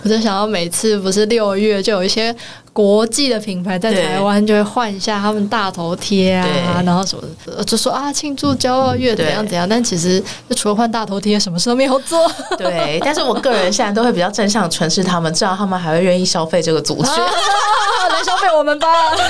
我就想到每次不是6月就有一些国际的品牌在台湾就会换一下他们大头贴啊，然后什么的，就说啊庆祝骄傲月怎样怎样，但其实就除了换大头贴什么事都没有做。 对，但是我个人现在都会比较正向诠释他们，这样他们还会愿意消费这个族群。 来消费我们吧。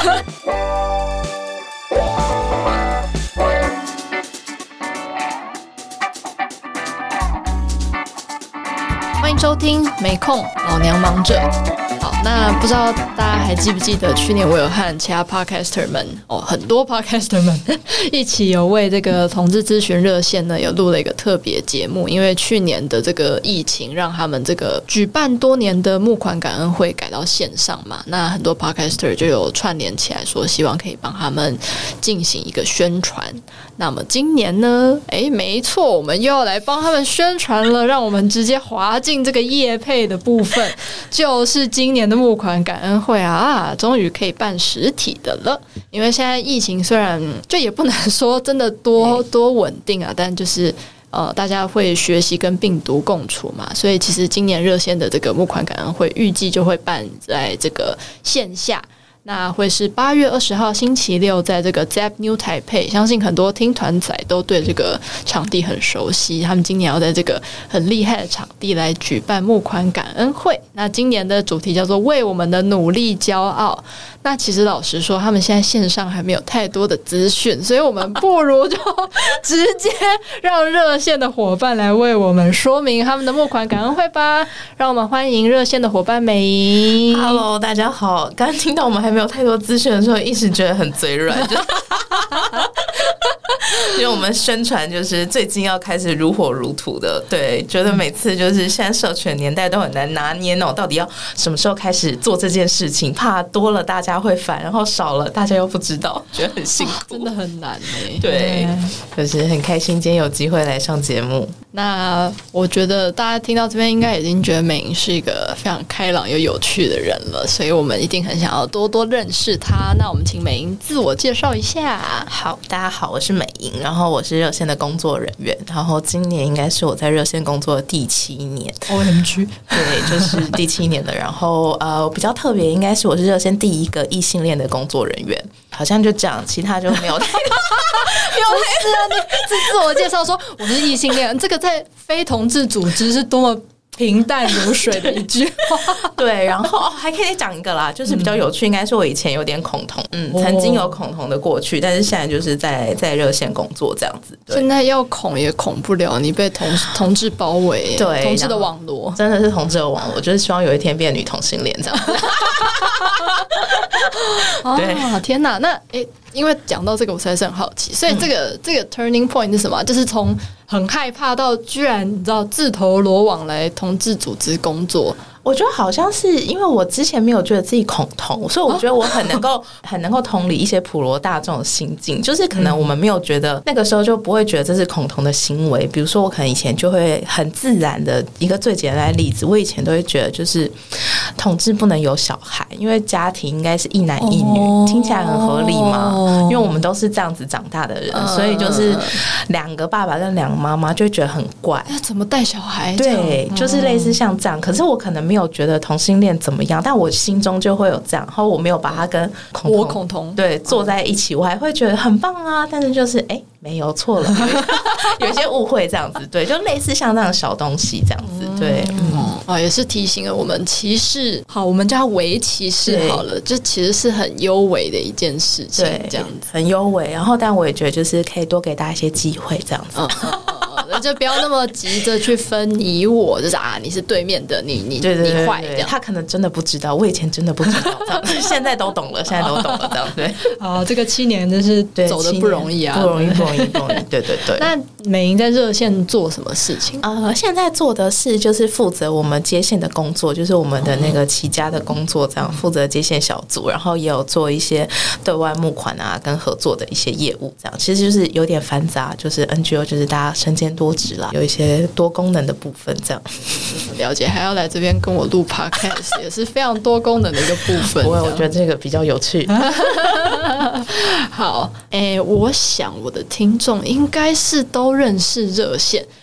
欢迎收听没空老娘忙着。好，那不知道大家还记不记得去年我有和其他 podcaster 们很多 podcaster 们一起有为这个同志咨询热线呢有录了一个特别节目，因为去年的这个疫情让他们这个举办多年的募款感恩会改到线上嘛，那很多 podcaster 就有串联起来说希望可以帮他们进行一个宣传。那么今年呢没错，我们又要来帮他们宣传了，让我们直接滑进这个业配的部分，就是今年的募款感恩会啊，终于可以办实体的了。因为现在疫情虽然就也不能说真的多稳定啊，但就是大家会学习跟病毒共处嘛，所以其实今年热线的这个募款感恩会预计就会办在这个线下。那会是8月20号星期六在这个 Zepp New Taipei， 相信很多听团仔都对这个场地很熟悉，他们今年要在这个很厉害的场地来举办募款感恩会。那今年的主题叫做为我们的努力骄傲。那其实老实说他们现在线上还没有太多的资讯，所以我们不如就直接让热线的伙伴来为我们说明他们的募款感恩会吧。让我们欢迎热线的伙伴美莹。 Hello 大家好，刚刚听到我们还没有太多资讯的时候一时觉得很嘴软，因为我们宣传就是最近要开始如火如荼的，对，觉得每次就是现在社群年代都很难拿捏到底要什么时候开始做这件事情，怕多了大家会烦，然后少了大家又不知道，觉得很辛苦， 真的很难对，就是很开心今天有机会来上节目。 那我觉得大家听到这边应该已经觉得美莹是一个非常开朗又有趣的人了，所以我们一定很想要多多认识她。那我们请美莹自我介绍一下。 好，大家好，我是美莹，然后我是热线的工作人员，然后今年应该是我在热线工作的第7年。 OMG， 对，就是第7年的。然后比较特别应该是我是热线第一个异性恋的工作人员，好像就这样，其他就没有太多。 不是啊，你自我介绍说我是异性恋，这个在非同志组织是多么平淡如水的一句话。 对，然后还可以讲一个啦，就是比较有趣，应该是我以前有点恐同，曾经有恐同的过去，但是现在就是在热线工作这样子。 现在要恐也恐不了，你被同志包围， 对， 同志的网罗， 真的是同志的网罗，就是希望有一天变女同性恋这样子。 对，天哪，那因为讲到这个我实在是很好奇，所以这个 turning point 是什么？就是从很害怕到居然你知道自投罗网来同志组织工作。 我觉得好像是因为我之前没有觉得自己恐同，所以我觉得我很能够同理一些普罗大众的心境，就是可能我们没有觉得那个时候就不会觉得这是恐同的行为。比如说我可能以前就会很自然的一个最简单的例子，我以前都会觉得就是同志不能有小孩，因为家庭应该是一男一女，听起来很合理嘛，因为我们都是这样子长大的人，所以就是2个爸爸跟2个妈妈就会觉得很怪， 怎么带小孩？ 对，就是类似像这样。可是我可能没有觉得同性恋怎么样，但我心中就会有这样，然后我没有把它跟恐同对坐在一起，我还会觉得很棒啊，但是就是没有错了，有一些误会这样子，对，就类似像这样的小东西这样子，对， 也是提醒了我们歧视，好，我们叫微歧视好了，就其实是很优微的一件事情，对，这样子很优微。然后，但我也觉得就是可以多给大家一些机会这样子。 就不要那么急着去分你我，就是你是对面的，你坏这样。 他可能真的不知道，我以前真的不知道这样，现在都懂了，现在都懂了这样。对， 这个7年真是走得不容易啊， 不容易。对。 那美莹在热线做什么事情？ 现在做的是就是负责我们接线的工作，就是我们的那个齐家的工作，这样负责接线小组，然后也有做一些对外募款啊跟合作的一些业务，这样其实就是有点繁杂，就是 NGO 就是大家身兼多职啦，有一些多功能的部分这样。 了解，还要来这边跟我录 podcast 也是非常多功能的一个部分。 我觉得这个比较有趣。 好，我想我的听众应该是都认识热线，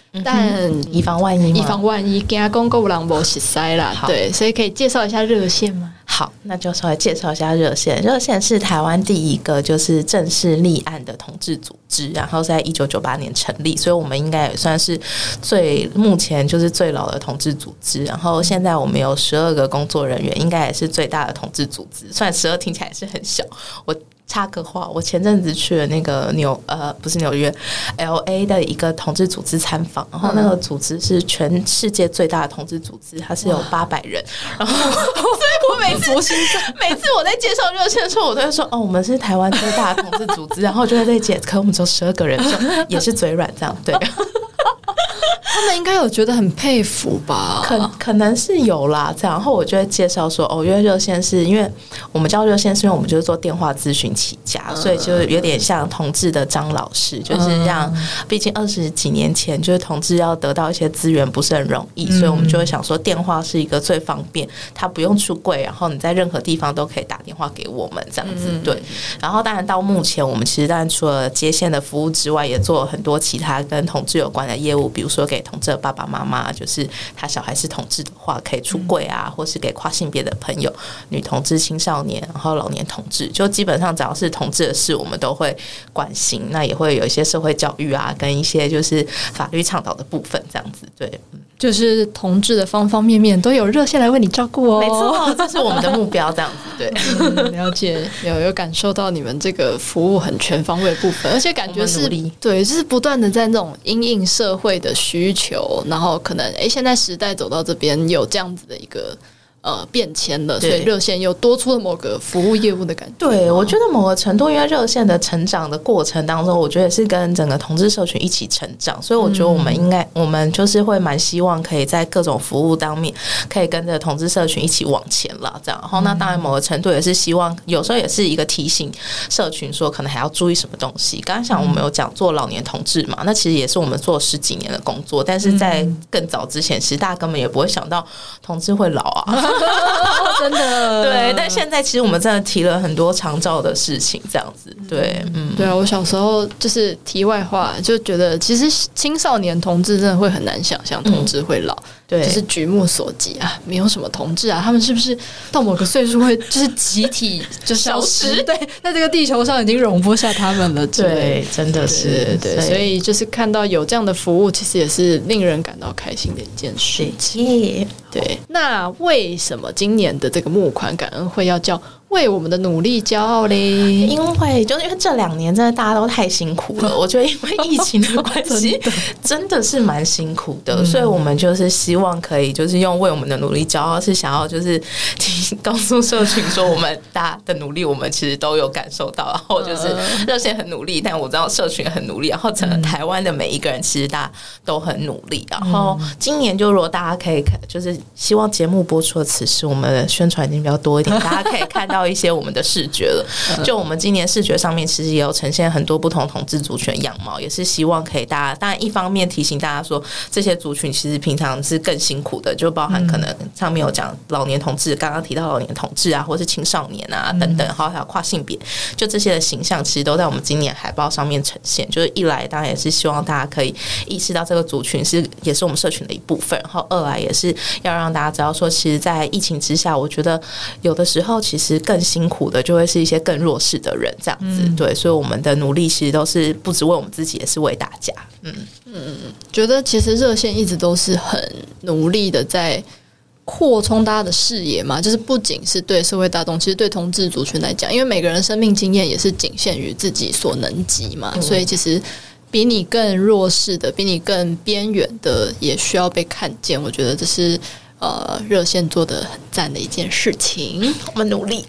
但以防万一， 惊讲够人无熟悉啦。对，所以可以介绍一下热线吗？ 好，那就稍微介绍一下热线。热线是台湾第一个就是正式立案的同志组织，然后在1998年成立，所以我们应该也算是目前就是最老的同志组织。然后现在我们有12个工作人员，应该也是最大的同志组织。虽然12听起来是很小，我插个话，我前阵子去了那个不是纽约 LA 的一个同志组织参访，然后那个组织是全世界最大的同志组织，它是有800人，然后所以我每次我在介绍热线的时候，我都会说我们是台湾最大的同志组织，然后就会在解，可我们只有12个人，也是嘴软这样，对。 他们应该有觉得很佩服吧？ 可能是有啦，这样。然后我就会介绍说，因为热线是因为我们叫热线，是因为我们就是做电话咨询起家，所以就有点像同志的张老师，就是让，毕竟20几年前就是同志要得到一些资源不是很容易，所以我们就会想说，电话是一个最方便，他不用出柜，然后你在任何地方都可以打电话给我们这样子，对。然后当然到目前，我们其实当然除了接线的服务之外，也做了很多其他跟同志有关的业务，比如说给同志的爸爸妈妈，就是他小孩是同志的话可以出柜啊，或是给跨性别的朋友，女同志、青少年，然后老年同志，就基本上只要是同志的事我们都会关心，那也会有一些社会教育啊，跟一些就是法律倡导的部分这样子，对， 就是同志的方方面面都有热线来为你照顾哦。 没错，这是我们的目标这样子，对。 了解，有感受到你们这个服务很全方位的部分，而且感觉是对，就是不断的在那种因应社会的需求，然后可能现在时代走到这边有这样子的一个变迁了，所以热线又多出了某个服务业务的感觉。 对，我觉得某个程度，因为热线的成长的过程当中，我觉得是跟整个同志社群一起成长，所以我觉得我们就是会蛮希望可以在各种服务当面，可以跟着同志社群一起往前了，这样。然后那当然某个程度也是希望，有时候也是一个提醒社群说，可能还要注意什么东西。刚刚想我们有讲做老年同志嘛，那其实也是我们做10几年的工作，但是在更早之前，其实大家根本也不会想到同志会老啊。 真的对，但现在其实我们真的提了很多长照的事情，这样子，对， 对啊，我小时候就是题外话，就觉得其实青少年同志真的会很难想象同志会老，对，就是举目所及啊，没有什么同志啊，他们是不是到某个岁数会就是集体就消失？对，在这个地球上已经容不下他们了， 对，真的是， 对，所以就是看到有这样的服务，其实也是令人感到开心的一件事情。对，那为什么今年的这个募款感恩会要叫为我们的努力骄傲嘞？ 因为这2年真的大家都太辛苦了，我觉得因为疫情的关系真的是蛮辛苦的，所以我们就是希望可以就是用为我们的努力骄傲，是想要就是告诉社群说我们大家的努力我们其实都有感受到，然后就是热线很努力，但我知道社群很努力，然后整个台湾的每一个人其实大家都很努力，然后今年就如果大家可以看，就是希望节目播出的此时我们的宣传已经比较多一点，大家可以看到一些我们的视觉了。就我们今年视觉上面其实也有呈现很多不同同志族群的样貌，也是希望可以大家，当然一方面提醒大家说这些族群其实平常是更辛苦的，就包含可能上面有讲老年同志，刚刚提到老年同志啊，或是青少年啊等等，还有跨性别，就这些的形象其实都在我们今年海报上面呈现。就是一来当然也是希望大家可以意识到这个族群也是我们社群的一部分，然后二来也是要让大家知道说，其实在疫情之下，我觉得有的时候其实更辛苦的就会是一些更弱势的人这样子，对，所以我们的努力其实都是不只为我们自己，也是为大家。 觉得其实热线一直都是很努力的在扩充大家的视野嘛，就是不仅是对社会大众，其实对同志族群来讲，因为每个人生命经验也是仅限于自己所能及嘛，所以其实比你更弱势的，比你更边缘的也需要被看见。我觉得这是热线做的很赞的一件事情， 我们努力。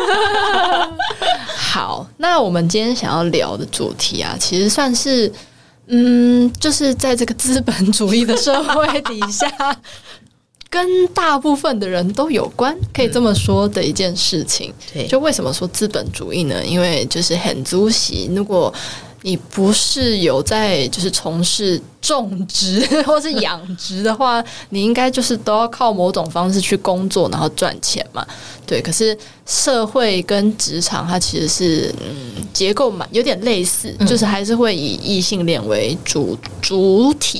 好，那我们今天想要聊的主题啊，其实算是就是在这个资本主义的社会底下跟大部分的人都有关，可以这么说的一件事情。对，就为什么说资本主义呢？因为就是很足席，如果你不是有在就是从事种植或是养殖的话，你应该就是都要靠某种方式去工作，然后赚钱嘛。对，可是社会跟职场它其实是结构有点类似，就是还是会以异性恋为主体。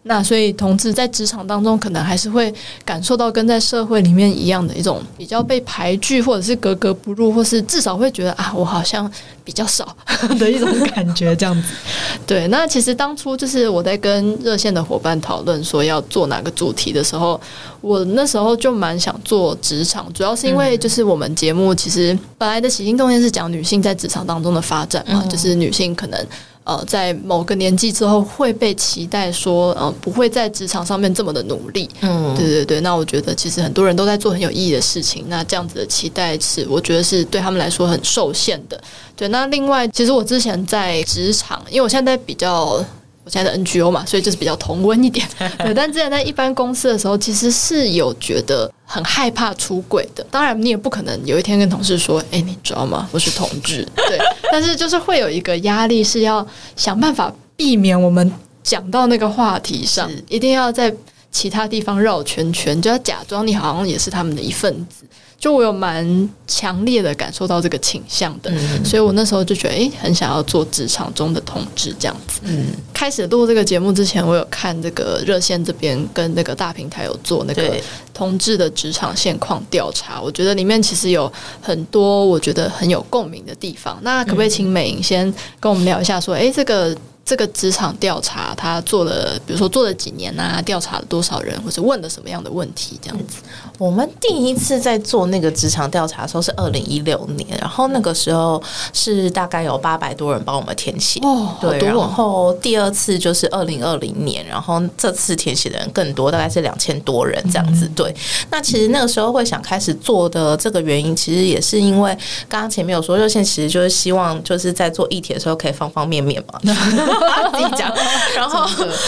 那所以同志在职场当中可能还是会感受到跟在社会里面一样的一种比较被排拒，或者是格格不入，或是至少会觉得啊，我好像比较少的一种感觉这样子。对，那其实当初就是我在跟热线的伙伴讨论说要做哪个主题的时候，我那时候就蛮想做职场，主要是因为就是我们节目其实本来的起心动念是讲女性在职场当中的发展嘛，就是女性可能在某个年纪之后会被期待说不会在职场上面这么的努力。对对对，那我觉得其实很多人都在做很有意义的事情，那这样子的期待是我觉得是对他们来说很受限的。对，那另外其实我之前在职场，因为我现在我现在的 NGO 嘛，所以就是比较同温一点。对，但之前在一般公司的时候，其实是有觉得很害怕出柜的。当然，你也不可能有一天跟同事说：“你知道吗？我是同志。”对，但是就是会有一个压力，是要想办法避免我们讲到那个话题上，一定要在其他地方绕圈圈，就要假装你好像也是他们的一份子。就我有蛮强烈的感受到这个倾向的，所以我那时候就觉得很想要做职场中的同志这样子。开始录这个节目之前，我有看这个热线这边跟那个大平台有做那个同志的职场现况调查，我觉得里面其实有很多我觉得很有共鸣的地方。那可不可以请美莹先跟我们聊一下说这个职场调查他做了，比如说做了几年啊，调查了多少人，或者问了什么样的问题这样子。 我们第一次在做那个职场调查的时候是2016年，然后那个时候是大概有800多人帮我们填写。对，然后第二次就是2020年，然后这次填写的人更多，大概是2000多人这样子。对，那其实那个时候会想开始做的这个原因，其实也是因为刚刚前面有说，热线其实就是希望就是在做议题的时候可以方方面面嘛。自己讲，然后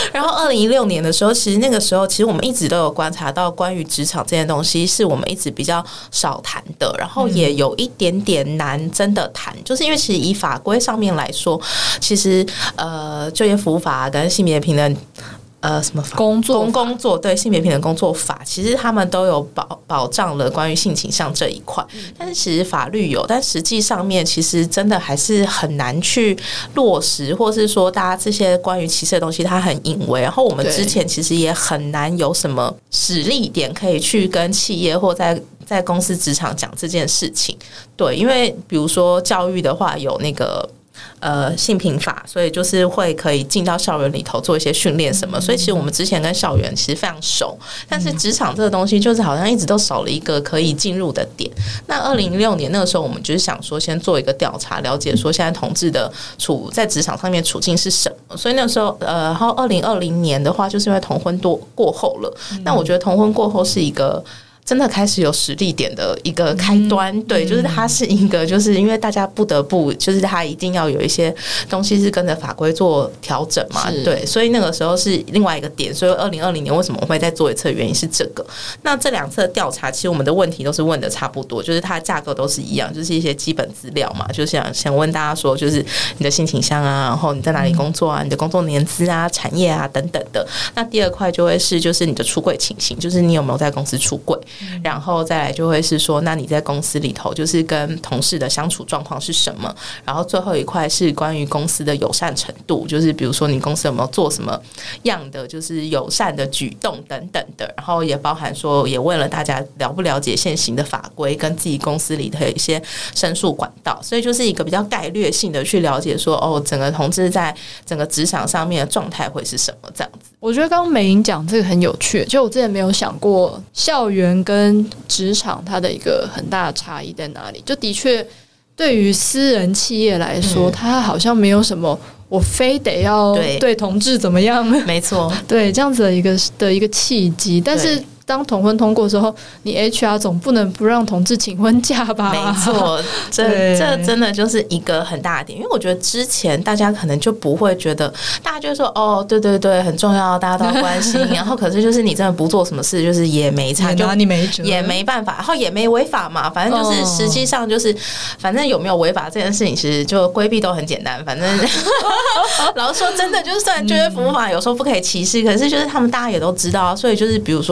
2016年的时候，其实那个时候，其实我们一直都有观察到关于职场这件东西，是我们一直比较少谈的，然后也有一点点难真的谈，就是因为其实以法规上面来说，其实就业服务法跟性别平等。什么法？工作对性别平等工作法，其实他们都有保障了关于性倾向这一块，但是其实法律有，但实际上面其实真的还是很难去落实，或是说大家这些关于歧视的东西，它很隐微。然后我们之前其实也很难有什么实力点可以去跟企业或在公司职场讲这件事情。对，因为比如说教育的话，有那个。性平法，所以就是会可以进到校园里头做一些训练什么，所以其实我们之前跟校园其实非常熟，但是职场这个东西就是好像一直都少了一个可以进入的点。那2006年那个时候，我们就是想说先做一个调查，了解说现在同志的在职场上面处境是什么。所以那个时候然后2020年的话，就是因为同婚过后了，那我觉得同婚过后是一个。真的开始有实力点的一个开端，对，就是它是一个，就是因为大家不得不，就是它一定要有一些东西是跟着法规做调整嘛，对，所以那个时候是另外一个点，所以2020年为什么我会再做一次的原因是这个。那这2次的调查，其实我们的问题都是问的差不多，就是它的架构都是一样，就是一些基本资料嘛，就是想问大家说，就是你的性倾向啊，然后你在哪里工作啊，你的工作年资啊、产业啊等等的。那第2块就会是就是你的出柜情形，就是你有没有在公司出柜。然后再来就会是说，那你在公司里头就是跟同事的相处状况是什么？然后最后一块是关于公司的友善程度，就是比如说你公司有没有做什么样的就是友善的举动等等的。然后也包含说，也问了大家了不了解现行的法规跟自己公司里的一些申诉管道，所以就是一个比较概略性的去了解说，整个同志在整个职场上面的状态会是什么这样子。 我觉得刚刚美莹讲这个很有趣，就我之前没有想过校园跟职场它的一个很大的差异在哪里。就的确对于私人企业来说，它好像没有什么我非得要对同志怎么样， 没错， 对这样子的一个契机。但是当同婚通过的时候，你 HR 总不能不让同志请婚假吧？ 没错，这真的就是一个很大的点，因为我觉得之前大家可能就不会觉得，大家就说对对对很重要，大家都要关心，然后可是就是你真的不做什么事，就是也没差，就你没辙， 也没办法，然后也没违法嘛，反正就是实际上就是，反正有没有违法这件事情，其实就规避都很简单，反正老实说真的，就是虽然就业服务法有时候不可以歧视，可是就是他们大家也都知道，所以就是比如说一个跨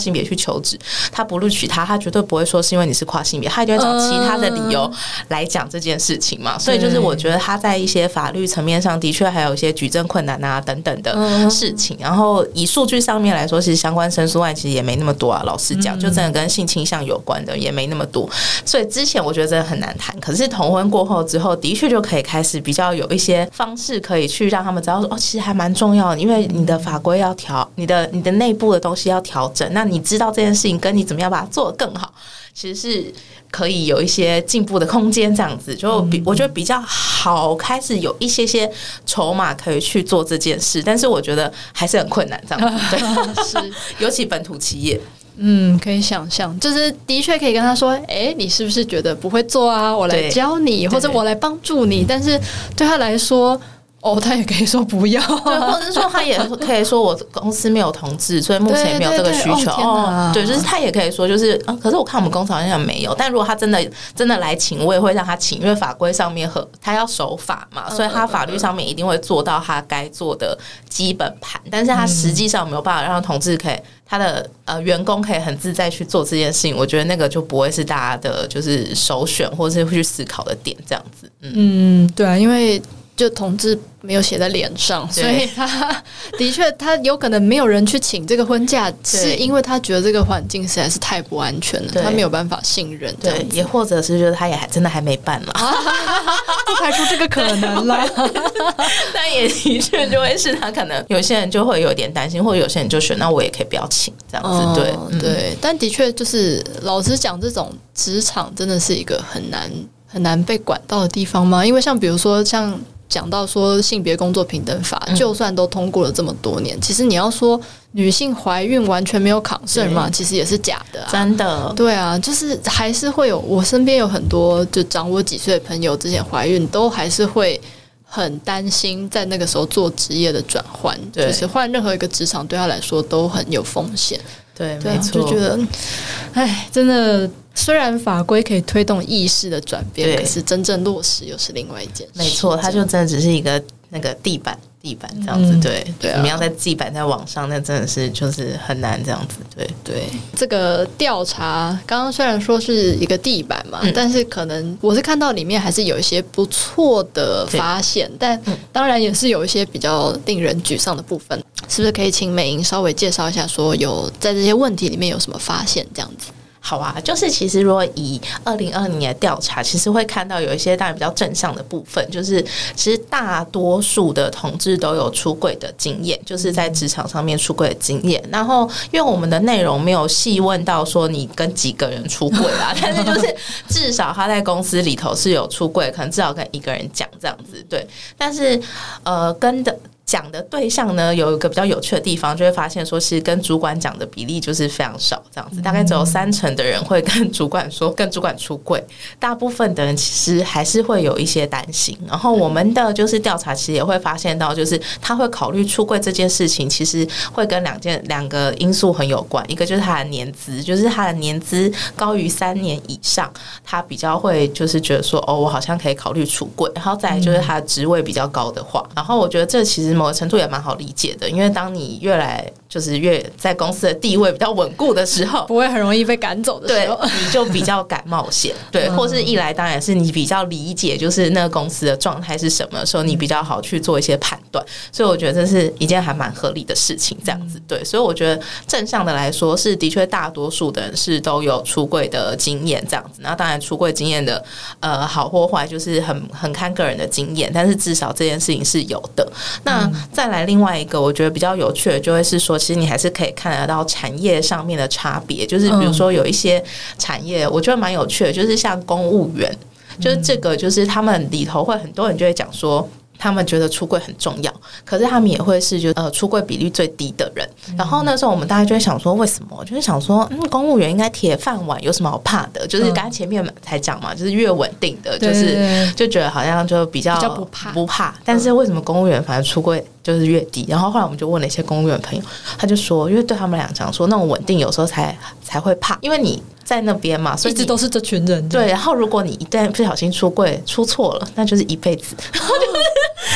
性别去求职，他不录取他绝对不会说是因为你是跨性别，他一定会找其他的理由来讲这件事情嘛。所以就是我觉得他在一些法律层面上的确还有一些举证困难啊等等的事情。然后以数据上面来说，其实相关申诉案其实也没那么多啊，老实讲，就真的跟性倾向有关的也没那么多。所以之前我觉得真的很难谈，可是同婚过后之后，的确就可以开始比较有一些方式可以去让他们知道说，其实还蛮重要的，因为你的法规要调，你的内部的东西要调整，那你知道这件事情跟你怎么样把它做得更好，其实是可以有一些进步的空间，这样子就我觉得比较好，开始有一些筹码可以去做这件事，但是我觉得还是很困难，这样子对，是尤其本土企业。 可以想象，就是的确可以跟他说，你是不是觉得不会做啊？我来教你，或者我来帮助你。但是对他来说，他也可以说不要， 对，或者是说他也可以说我公司没有同志，所以目前没有这个需求。对，就是他也可以说就是可是我看我们公司好像没有。但如果他真的来请，我也会让他请，因为法规上面他要守法嘛，所以他法律上面一定会做到他该做的基本盘。但是他实际上没有办法让同志可以他的员工可以很自在去做这件事情，我觉得那个就不会是大家的就是首选或是会去思考的点，这样子。 对啊，因为就同志没有写在脸上，所以他的确他有可能没有人去请这个婚假，是因为他觉得这个环境实在是太不安全了，他没有办法信任。 对，也或者是觉得他也真的还没办了， 不排除这个可能啦。 但也的确就会是他可能有些人就会有点担心，或者有些人就选那我也可以不要请这样子。 对，但的确就是老实讲，这种职场真的是一个很难被管到的地方吗？因为像比如说像讲到说性别工作平等法，就算都通过了这么多年，其实你要说女性怀孕完全没有concern嘛，其实也是假的真的。 对啊，就是还是会有，我身边有很多就长我几岁的朋友，之前怀孕都还是会很担心在那个时候做职业的转换，就是换任何一个职场对他来说都很有风险。 对，没错， 就觉得真的虽然法规可以推动意识的转变，可是真正落实又是另外一件事。 没错，它就真的只是一个那个地板这样子。对，怎么样在地板在往上，那真的是就是很难这样子。 对，这个调查刚刚虽然说是一个地板嘛，但是可能我是看到里面还是有一些不错的发现，但当然也是有一些比较令人沮丧的部分。是不是可以请美莹稍微介绍一下，说有在这些问题里面有什么发现这样子？ 好啊，就是其实如果以2020年的调查，其实会看到有一些当然比较正向的部分，就是其实大多数的同志都有出柜的经验，就是在职场上面出柜的经验。然后因为我们的内容没有细问到说你跟几个人出柜啦，但是就是至少他在公司里头是有出柜，可能至少跟一个人讲这样子。对，但是讲的对象呢，有一个比较有趣的地方，就会发现说，其实跟主管讲的比例就是非常少，这样子，大概只有30%的人会跟主管说跟主管出柜，大部分的人其实还是会有一些担心。然后我们的就是调查其实也会发现到，就是他会考虑出柜这件事情，其实会跟两个因素很有关，一个就是他的年资，就是他的年资高于3年以上，他比较会就是觉得说，我好像可以考虑出柜。然后再来就是他的职位比较高的话，然后我觉得这其实某个程度也蛮好理解的，因为当你越在公司的地位比较稳固的时候， 不会很容易被赶走的时候， 对，你就比较敢冒险。对，或是一来当然是你比较理解就是那个公司的状态是什么的时候，你比较好去做一些判断，所以我觉得这是一件还蛮合理的事情这样子。对，所以我觉得正向的来说是的确大多数的人是都有出柜的经验这样子，然后当然出柜经验的好或坏就是很看个人的经验，但是至少这件事情是有的。那再来另外一个我觉得比较有趣的就会是说，其实你还是可以看得到产业上面的差别，就是比如说有一些产业我觉得蛮有趣的，就是像公务员，就是这个就是他们里头会很多人就会讲说他们觉得出柜很重要，可是他们也会是出柜比率最低的人。然后那时候我们大家就会想说为什么，就是想说公务员应该铁饭碗，有什么好怕的，就是刚才前面才讲嘛，就是越稳定的就觉得好像就比较不怕，但是为什么公务员反而出柜就是越低？然后后来我们就问了一些公务员朋友，他就说因为对他们俩讲说那种稳定有时候才会怕，因为你在那边嘛，所以一直都是这群人。 对，然后如果你一旦不小心出柜出错了，那就是一辈子。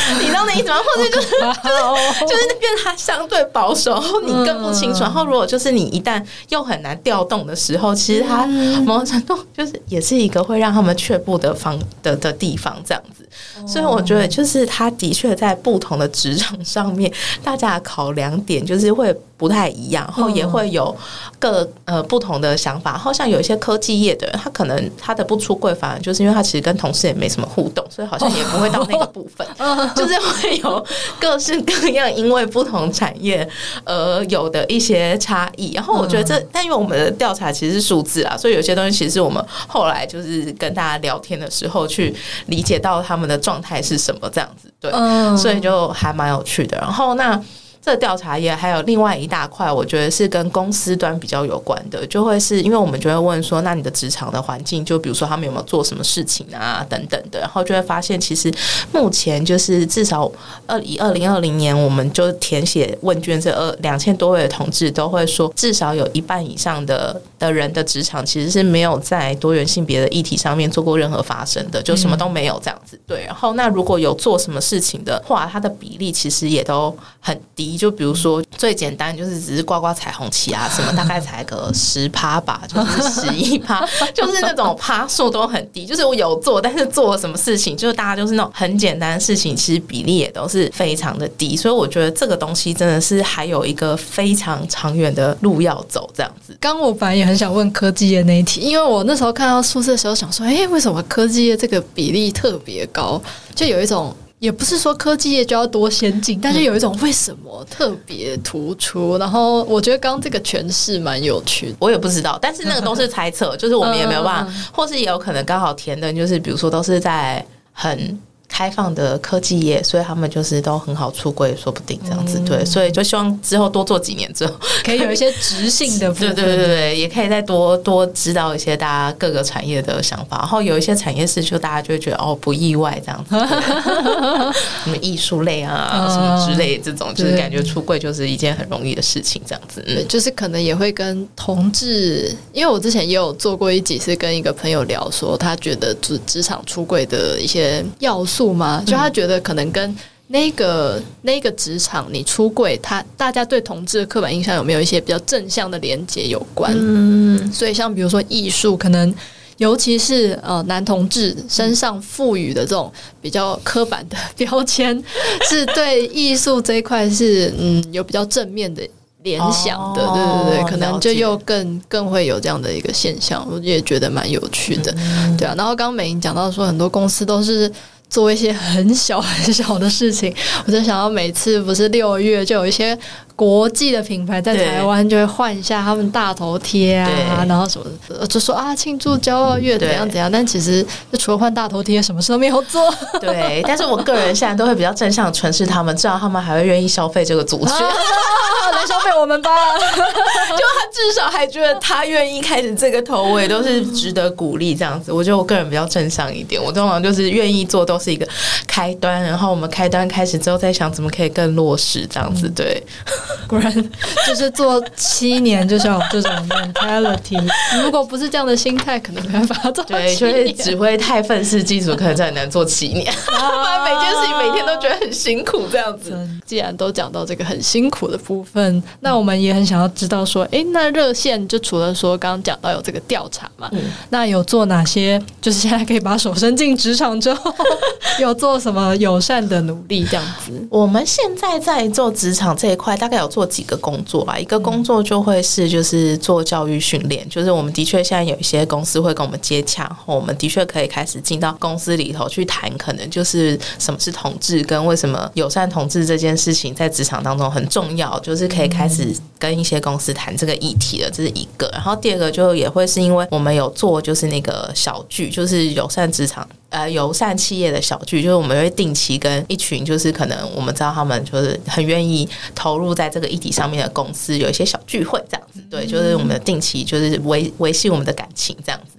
你知道那意思吗？或者就是那边它相对保守，你更不清楚。然后如果就是你一旦又很难调动的时候，其实它某种程度就是也是一个会让他们却步的地方，这样子。所以我觉得就是它的确在不同的职场上面，大家的考量点就是会不太一样，然后也会有不同的想法。然后像有一些科技业的人，他可能他的不出柜，反而就是因为他其实跟同事也没什么互动，所以好像也不会到那个部分，就是会有各式各样因为不同产业有的一些差异。然后我觉得但因为我们的调查其实是数字啊，所以有些东西其实是我们后来就是跟大家聊天的时候去理解到他们的状态是什么这样子，对，所以就还蛮有趣的。然后那这个调查也还有另外一大块，我觉得是跟公司端比较有关的，就会是因为我们就会问说，那你的职场的环境，就比如说他们有没有做什么事情啊等等的，然后就会发现其实目前就是至少以2020年我们就填写问卷，这2000多位的同志都会说，至少有一半以上的人的职场其实是没有在多元性别的议题上面做过任何发声的，就什么都没有这样子。对，然后那如果有做什么事情的话，它的比例其实也都很低。就比如说最简单就是只是挂挂彩虹旗啊什么，大概才个10%吧，就是11%就是那种趴数都很低。就是我有做，但是做了什么事情，就是大家就是那种很简单的事情，其实比例也都是非常的低。所以我觉得这个东西真的是还有一个非常长远的路要走这样子。 刚我本来也很想问科技业那一题，因为我那时候看到数字的时候想说，为什么科技业这个比例特别高？就有一种也不是说科技业就要多先进，但是有一种为什么特别突出。然后我觉得刚刚这个诠释蛮有趣的， 我也不知道，但是那个都是猜测，就是我们也没有办法，或是也有可能刚好填的就是比如说都是在很开放的科技业，所以他们就是都很好出柜，说不定这样子。对，所以就希望之后多做几年之后， 可以有一些直性的部分。 对，也可以再多知道一些大家各个产业的想法。然后有一些产业是就大家就会觉得不意外这样子，什么艺术类啊什么之类的这种，就是感觉出柜就是一件很容易的事情这样子。 对，就是可能也会跟同志，因为我之前也有做过一集是跟一个朋友聊说，他觉得职场出柜的一些要素嘛，就他觉得可能跟那个职场你出柜，大家对同志的刻板印象有没有一些比较正向的连结有关。所以像比如说艺术，可能尤其是男同志身上赋予的这种比较刻板的标签，是对艺术这一块是有比较正面的联想的。对，可能就又更会有这样的一个现象，我也觉得蛮有趣的。对啊，然后刚刚美莹讲到说很多公司都是做一些很小很小的事情，我就想到每次不是6月就有一些国际的品牌在台湾就会换一下他们大头贴啊，然后什么的就说庆祝骄傲月怎样怎样，但其实就除了换大头贴什么事都没有做。 对，但是我个人现在都会比较正向诠释他们，至少他们还会愿意消费这个族群。 来消费我们吧。 就他至少还觉得他愿意开始这个头尾都是值得鼓励这样子。我觉得我个人比较正向一点，我通常就是愿意做都是一个开端，然后我们开端开始之后再想怎么可以更落实这样子。对， 果然就是做7年就是要有这种 mentality， 如果不是这样的心态可能没办法做7年。 对，就是只会太愤世嫉俗，可能真的难做7年。不然每件事情每天都觉得很辛苦这样子。 既然都讲到这个很辛苦的部分，那我们也很想要知道说，那热线就除了说刚刚讲到有这个调查嘛，那有做哪些就是现在可以把手伸进职场之后有做什么友善的努力这样子？ 我们现在在做职场这一块大概有做几个工作吧。一个工作就会是就是做教育训练，就是我们的确现在有一些公司会跟我们接洽，我们的确可以开始进到公司里头去谈，可能就是什么是同志跟为什么友善同志这件事情在职场当中很重要，就是可以开始跟一些公司谈这个议题了，这是一个。然后第二个就也会是因为我们有做就是那个小聚，就是友善职场友善企业的小聚，就是我们会定期跟一群就是可能我们知道他们就是很愿意投入在这个议题上面的公司有一些小聚会这样子。对，就是我们的定期就是维系我们的感情这样子。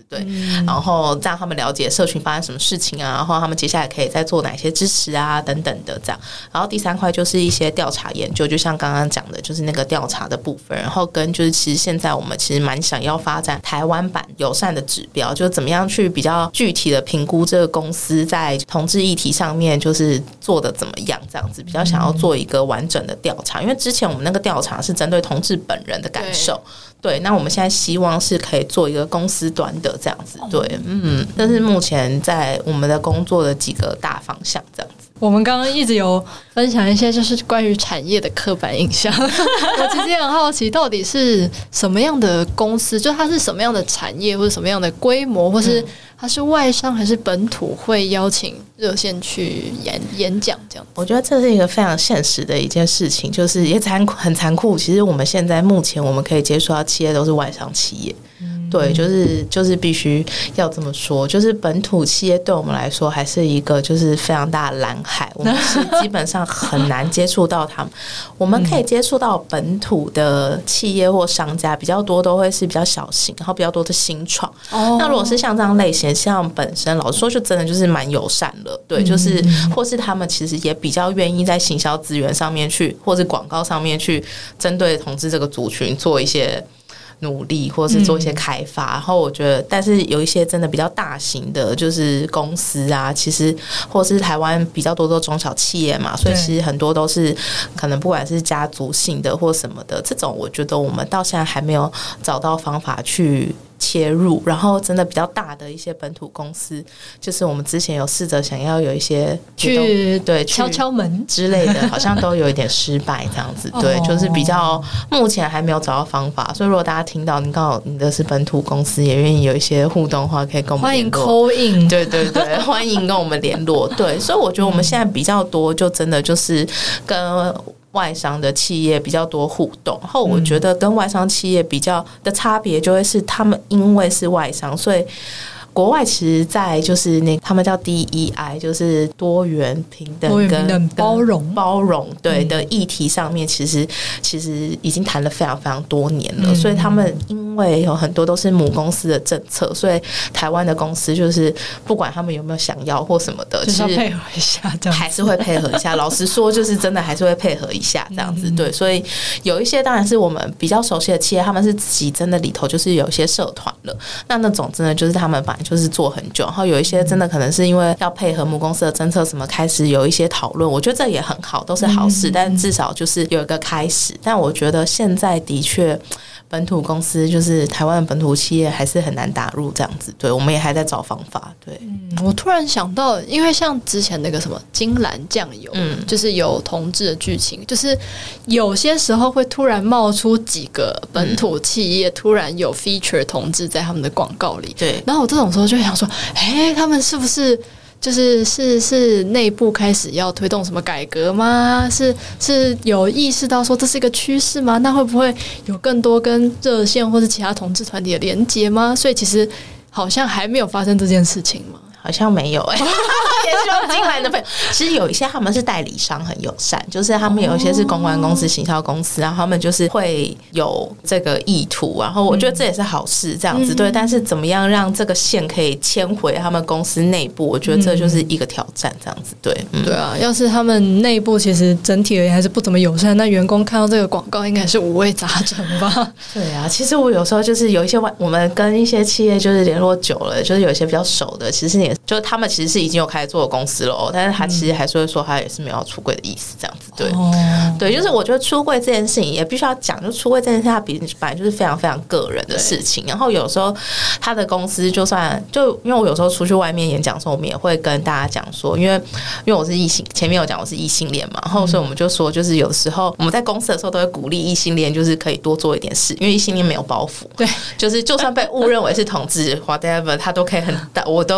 对，然后让他们了解社群发生什么事情啊，然后他们接下来可以再做哪些支持啊等等的这样。然后第3块就是一些调查研究，就像刚刚讲的，就是那个调查的部分，然后跟就是其实现在我们其实蛮想要发展台湾版友善的指标，就是怎么样去比较具体的评估这个公司在同志议题上面就是做的怎么样，这样子比较想要做一个完整的调查，因为之前我们那个调查是针对同志本人的感受。对，那我们现在希望是可以做一个公司端的这样子，对，这是目前在我们的工作的几个大方向这样子。 我们刚刚一直有分享一些就是关于产业的刻板印象我其实也很好奇到底是什么样的公司，就它是什么样的产业或者什么样的规模，或是它是外商还是本土会邀请热线去演讲这样。 我觉得这是一个非常现实的一件事情，就是也很残酷，其实我们现在目前我们可以接触到企业都是外商企业，对，就是必须要这么说，就是本土企业对我们来说还是一个就是非常大的蓝海，我们是基本上很难接触到他们。我们可以接触到本土的企业或商家比较多，都会是比较小型，然后比较多的新创。那如果是像这样类型，像本身老实说就真的就是蛮友善了，对，就是或是他们其实也比较愿意在行销资源上面去，或是广告上面去针对同志这个族群做一些努力，或是做一些开发。然后我觉得但是有一些真的比较大型的就是公司啊，其实或是台湾比较多的中小企业嘛，所以其实很多都是可能不管是家族性的或什么的，这种我觉得我们到现在还没有找到方法去切入。然后真的比较大的一些本土公司，就是我们之前有试着想要有一些去敲敲门之类的，好像都有一点失败这样子。对，就是比较目前还没有找到方法。所以如果大家听到你刚好你的是本土公司，也愿意有一些互动的话，可以跟我们联络， 欢迎 call in。 对对对，欢迎跟我们联络。对，所以我觉得我们现在比较多就真的就是跟外商的企业比较多互动，然后我觉得跟外商企业比较的差别就会是他们因为是外商，所以国外其实在就是他们叫 DEI， 就是多元平等跟包容对的议题上面，其实已经谈了非常非常多年了。所以他们因为有很多都是母公司的政策，所以台湾的公司就是不管他们有没有想要或什么的， 就是要配合一下，这样还是会配合一下。老实说，就是真的还是会配合一下这样子。对，所以有一些当然是我们比较熟悉的企业，他们是自己真的里头就是有一些社团了，那种真的就是他们本来就是做很久，然后有一些真的可能是因为要配合母公司的政策什么，开始有一些讨论，我觉得这也很好，都是好事，但至少就是有一个开始。但我觉得现在的确本土公司就是台湾的本土企业还是很难打入这样子。对，我们也还在找方法。对， 我突然想到，因为像之前那个什么金兰酱油，就是有同志的剧情，就是有些时候会突然冒出几个本土企业，突然有 feature 同志在他们的广告里。 对， 然后我这种时候就会想说，他们是不是是内部开始要推动什么改革吗？是有意识到说这是一个趋势吗？那会不会有更多跟热线或是其他同志团体的连结吗？所以其实好像还没有发生这件事情吗？ 好像没有也希望进来的朋友，其实有一些他们是代理商很友善，就是他们有一些是公关公司、行销公司，然后他们就是会有这个意图，然后我觉得这也是好事这样子。对，但是怎么样让这个线可以牵回他们公司内部，我觉得这就是一个挑战这样子。对， 对啊，要是他们内部其实整体而言还是不怎么友善，那员工看到这个广告应该是五味杂陈吧。 对啊，其实我有时候就是有一些我们跟一些企业就是联络久了，就是有一些比较熟的，其实也就是他们其实是已经有开始做的公司了，但是他其实还是会说他也是没有要出柜的意思这样子。对，对，就是我觉得出柜这件事情也必须要讲，就出柜这件事情它本来就是非常非常个人的事情。然后有时候他的公司就算因为我有时候出去外面演讲的时候，我们也会跟大家讲说，因为我是异性，前面有讲我是异性恋嘛，然后所以我们就说，就是有时候我们在公司的时候都会鼓励异性恋，就是可以多做一点事，因为异性恋没有包袱。 对， 就是就算被误认为是同志 whatever， 他都可以我都可以很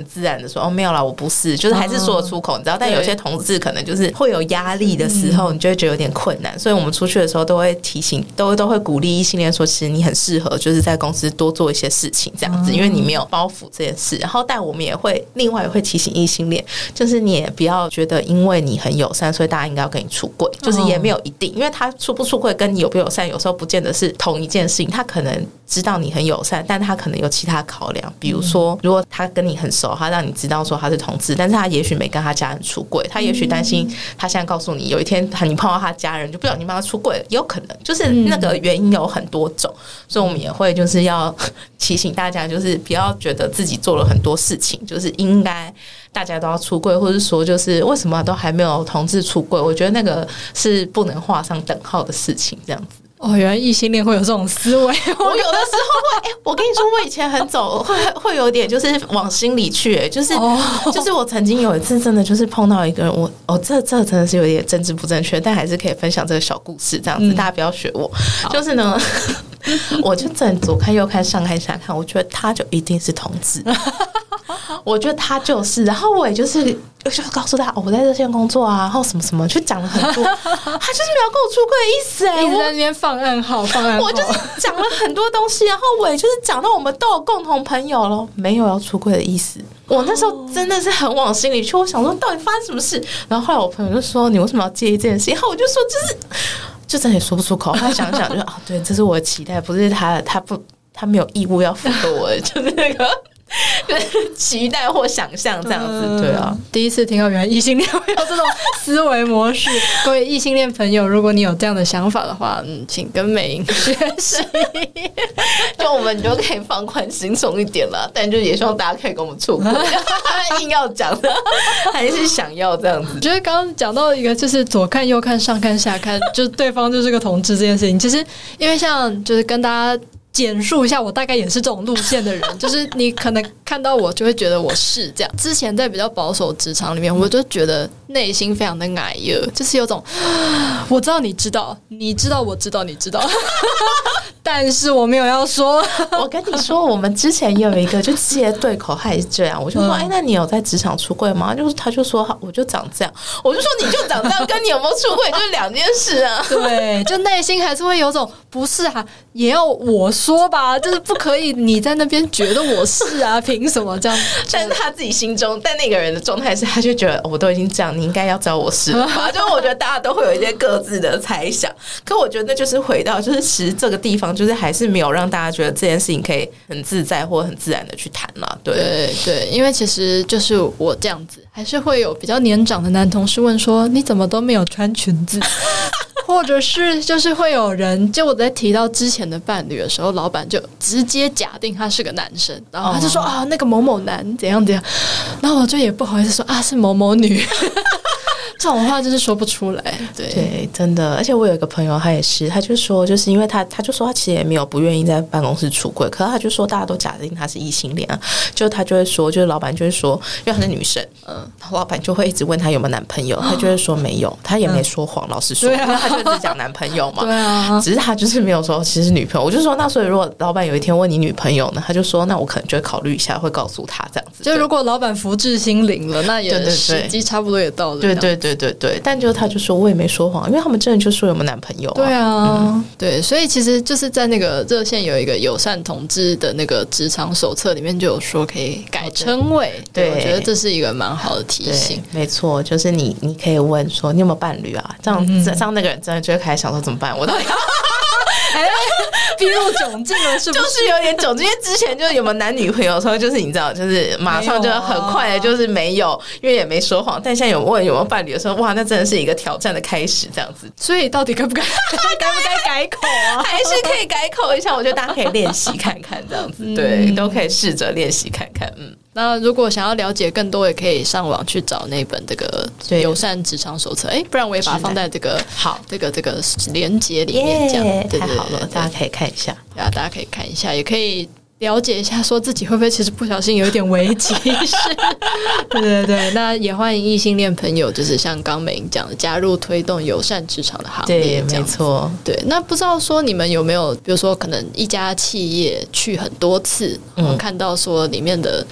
很自然的说没有啦，我不是，就是还是说得出口，你知道。但有些同志可能就是会有压力的时候，你就会觉得有点困难，所以我们出去的时候都会提醒，都会鼓励异性恋说，其实你很适合就是在公司多做一些事情这样子，因为你没有包袱这件事。然后但我们也会另外也会提醒异性恋，就是你也不要觉得因为你很友善所以大家应该要跟你出柜，就是也没有一定，因为他出不出柜跟你有不友善有时候不见得是同一件事情，他可能知道你很友善，但他可能有其他考量，比如说如果他跟你很熟，他让你知道说他是同志，但是他也许没跟他家人出柜，他也许担心他现在告诉你有一天你碰到他家人就不小心帮他出柜了，也有可能就是那个原因有很多种，所以我们也会就是要提醒大家，就是不要觉得自己做了很多事情就是应该大家都要出柜，或者说就是为什么都还没有同志出柜，我觉得那个是不能画上等号的事情这样子。 原来异性恋会有这种思维。我有的时候会我跟你说我以前很走会有点就是往心里去就是我曾经有一次真的就是碰到一个人，这真的是有点政治不正确，但还是可以分享这个小故事这样子，大家不要学我。就是呢我就正左看右看上看下看，我觉得他就一定是同志我觉得他就是，然后我也就是告诉他我在这线工作啊，然后什么什么，就讲了很多他就是没有跟我出柜的意思一直在那边放暗号我就是讲了很多东西，然后我也就是讲到我们都有共同朋友了，没有要出柜的意思。我那时候真的是很往心里去，我想说到底发生什么事，然后后来我朋友就说你为什么要介意这件事，然后我就说就真的也说不出口，他想想就对，这是我的期待，不是他没有义务要符合我的就是那个期待或想象这样子。对啊， 第一次听到原来异性恋会有这种思维模式。各位异性恋朋友，如果你有这样的想法的话，请跟美英学习就我们就可以放宽心松一点了，但就也希望大家可以跟我们出轨硬要讲的还是想要这样子。 我觉得刚刚讲到一个就是左看右看上看下看，就是对方就是个同志这件事情，其实因为像就是跟大家简述一下，我大概也是这种路线的人就是你可能看到我就会觉得我是这样。之前在比较保守职场里面，我就觉得内心非常的矮热，就是有种我知道你知道你知道我知道你知道但是我没有要说我跟你说我们之前也有一个就直接对口，他也是这样，我就说那你有在职场出柜吗？他就说我就长这样，我就说你就长这样跟你有没有出柜就是两件事啊对，就内心还是会有种不是啊，也要我说吧，就是不可以你在那边觉得我是啊，凭什么这样？ 但是他自己心中，但那个人的状态是，他就觉得我都已经这样，你应该要知道我是了吧？就我觉得大家都会有一些各自的猜想，可我觉得那就是回到，就是其实这个地方就是还是没有让大家觉得这件事情可以很自在或很自然的去谈啦。 对对，因为其实就是我这样子，还是会有比较年长的男同事问说，你怎么都没有穿裙子？或者是就是会有人，就我在提到之前的伴侣的时候，老板就直接假定他是个男生，然后他就说那个某某男怎样怎样，然后我就也不好意思说是某某女这种话就是说不出来。 对，真的。而且我有一个朋友他也是，他就说就是因为他就说他其实也没有不愿意在办公室出柜，可是他就说大家都假定他是异性恋就他就会说，就是老板就会说因为他是女生老板就会一直问他有没有男朋友，他就会说没有，他也没说谎老实说因为他就只讲男朋友嘛对啊，只是他就是没有说其实是女朋友。我就说那所以如果老板有一天问你女朋友呢，他就说那我可能就会考虑一下，会告诉他这样子。 就如果老板福至心灵了，那也时机差不多也到了。 对，但他就说我也没说谎，因为他们真的就说有没有男朋友对啊对，所以其实就是在那个热线有一个友善同志的那个职场手册里面就有说可以改称谓对，我觉得这是一个蛮好的提醒。 没错，就是你可以问说你有没有伴侣啊，这样那个人真的就会开始想说怎么办，我到底逼入窘境了是不是？ 就是有点窘境，因为之前就是有没有男女朋友的时候，就是你知道，就是马上就很快的就是没有，因为也没说谎。但现在有问有没有伴侣的时候，哇，那真的是一个挑战的开始，这样子。 所以到底该不该改口啊？ 还是可以改口一下？我觉得大家可以练习看看，这样子对，都可以试着练习看看。 那如果想要了解更多，也可以上网去找那本这个友善职场手册。不然我也把它放在这个好这个连结里面，这样对太好了，大家可以看一下。 对啊，大家可以看一下，也可以了解一下，说自己会不会其实不小心有一点危机是对，那也欢迎异性恋朋友，就是像刚美英讲的，加入推动友善职场的行列。 对，没错。 对，那不知道说你们有没有，比如说可能一家企业去很多次，看到说里面的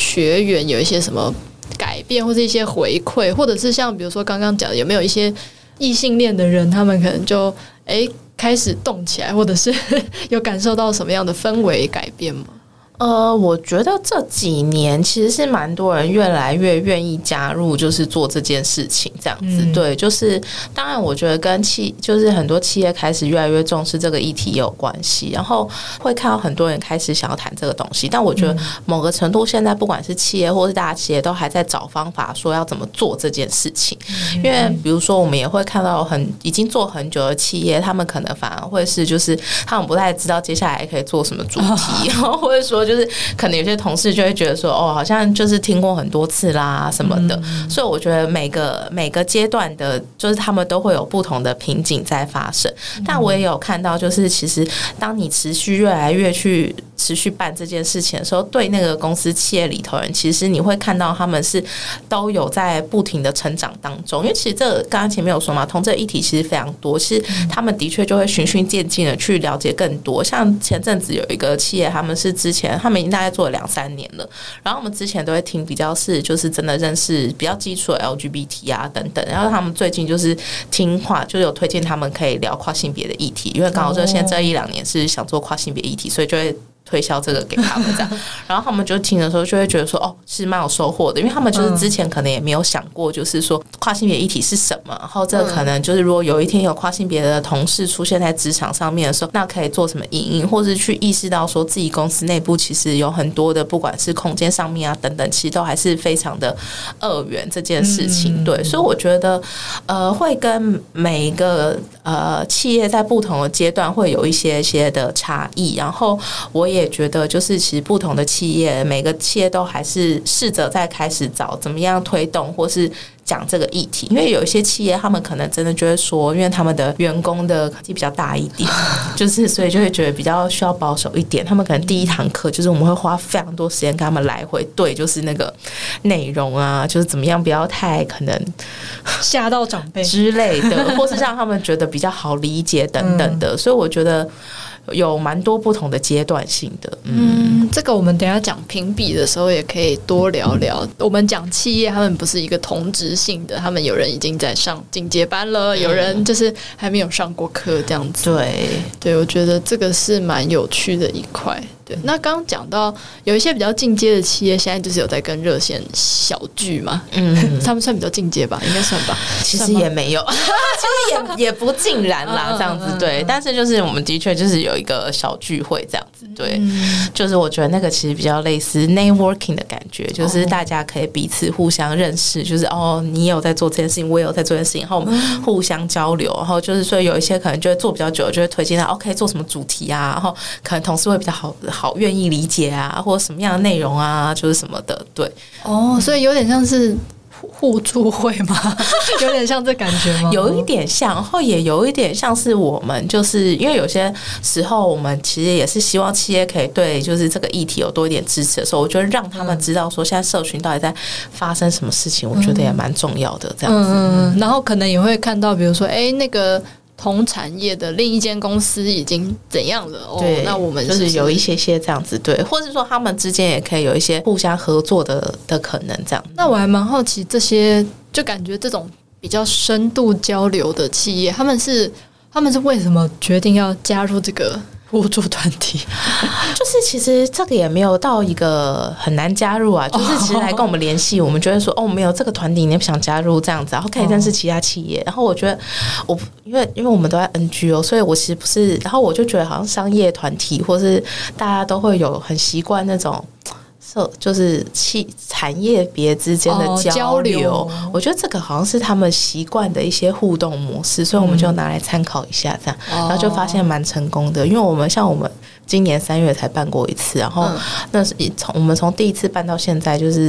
学员有一些什么改变，或是一些回馈，或者是像比如说刚刚讲的，有没有一些异性恋的人，他们可能就开始动起来，或者是有感受到什么样的氛围改变吗？ 我觉得这几年其实是蛮多人越来越愿意加入，就是做这件事情这样子。对，就是当然我觉得跟就是很多企业开始越来越重视这个议题也有关系，然后会看到很多人开始想要谈这个东西。但我觉得某个程度，现在不管是企业或是大企业，都还在找方法说要怎么做这件事情。因为比如说，我们也会看到已经做很久的企业，他们可能反而会是就是他们不太知道接下来可以做什么主题，然后或者说就是可能有些同事就会觉得说好像就是听过很多次啦什么的，所以我觉得每个阶段的就是他们都会有不同的瓶颈在发生。但我也有看到，就是其实当你持续越来越去持续办这件事情的时候，对那个公司企业里头人，其实你会看到他们是都有在不停的成长当中。因为其实这个刚刚前面有说嘛，同志议题其实非常多，其实他们的确就会循序渐进的去了解更多。像前阵子有一个企业，他们已经大概做了2-3年了，然后我们之前都会听比较是就是真的认识比较基础的 LGBT 啊等等，然后他们最近就是听话，就有推荐他们可以聊跨性别的议题，因为刚好现在这1-2年是想做跨性别议题，所以就会推销这个给他们这样，然后他们就听的时候就会觉得说是蛮有收获的，因为他们就是之前可能也没有想过，就是说跨性别议题是什么，然后这可能就是如果有一天有跨性别的同事出现在职场上面的时候，那可以做什么因应，或是去意识到说自己公司内部其实有很多的不管是空间上面啊等等，其实都还是非常的二元这件事情。对，所以我觉得会跟每一个企业在不同的阶段会有一些的差异，然后我也觉得就是其实不同的企业，每个企业都还是试着在开始找怎么样推动或是讲这个议题。因为有一些企业他们可能真的就会说，因为他们的员工的年纪比较大一点，就是所以就会觉得比较需要保守一点，他们可能第一堂课就是我们会花非常多时间跟他们来回对，就是那个内容啊，就是怎么样不要太可能吓到长辈之类的，或是让他们觉得比较好理解等等的。所以我觉得有蛮多不同的阶段性的。 这个我们等一下讲评比的时候也可以多聊聊。我们讲企业，他们不是一个同质性的，他们有人已经在上进阶班了，有人就是还没有上过课这样子。对，我觉得这个是蛮有趣的一块。对，那刚刚讲到有一些比较进阶的企业，现在就是有在跟热线小聚嘛，他们算比较进阶吧，应该算吧。 其实也没有，其实也不尽然啦，这样子。对，但是就是我们的确就是有一个小聚会这样子。对，就是我觉得那个其实比较类似 networking 的感觉，就是大家可以彼此互相认识，就是你也有在做这件事情，我也有在做这件事情，然后我们互相交流，然后就是所以有一些可能就会做比较久，就会推荐他可以做什么主题啊，然后可能同事会比较好愿意理解啊，或者什么样的内容啊，就是什么的。对， 所以有点像是互助会吗？有点像这感觉吗？ 有一点像，然后也有一点像是我们就是因为有些时候我们其实也是希望企业可以对就是这个议题有多一点支持的时候，我觉得让他们知道说现在社群到底在发生什么事情，我觉得也蛮重要的。这样子， 然后可能也会看到，比如说那个同产业的另一间公司已经怎样了？ 对， 那我们就是有一些这样子，对，或者说他们之间也可以有一些互相合作的可能，这样。 那我还蛮好奇，这些就感觉这种比较深度交流的企业，他们是为什么决定要加入这个互助团体？ 就是其实这个也没有到一个很难加入啊，就是其实来跟我们联系，我们就会说没有这个团体，你不想加入这样子，然后可以认识其他企业。然后我觉得因为我们都在 NGO， 所以我其实不是，然后我就觉得好像商业团体或是大家都会有很习惯那种。就是产业别之间的交流，我觉得这个好像是他们习惯的一些互动模式，所以我们就拿来参考一下，这样，然后就发现蛮成功的。因为我们今年3月才办过一次，然后那是我们从第一次办到现在，就是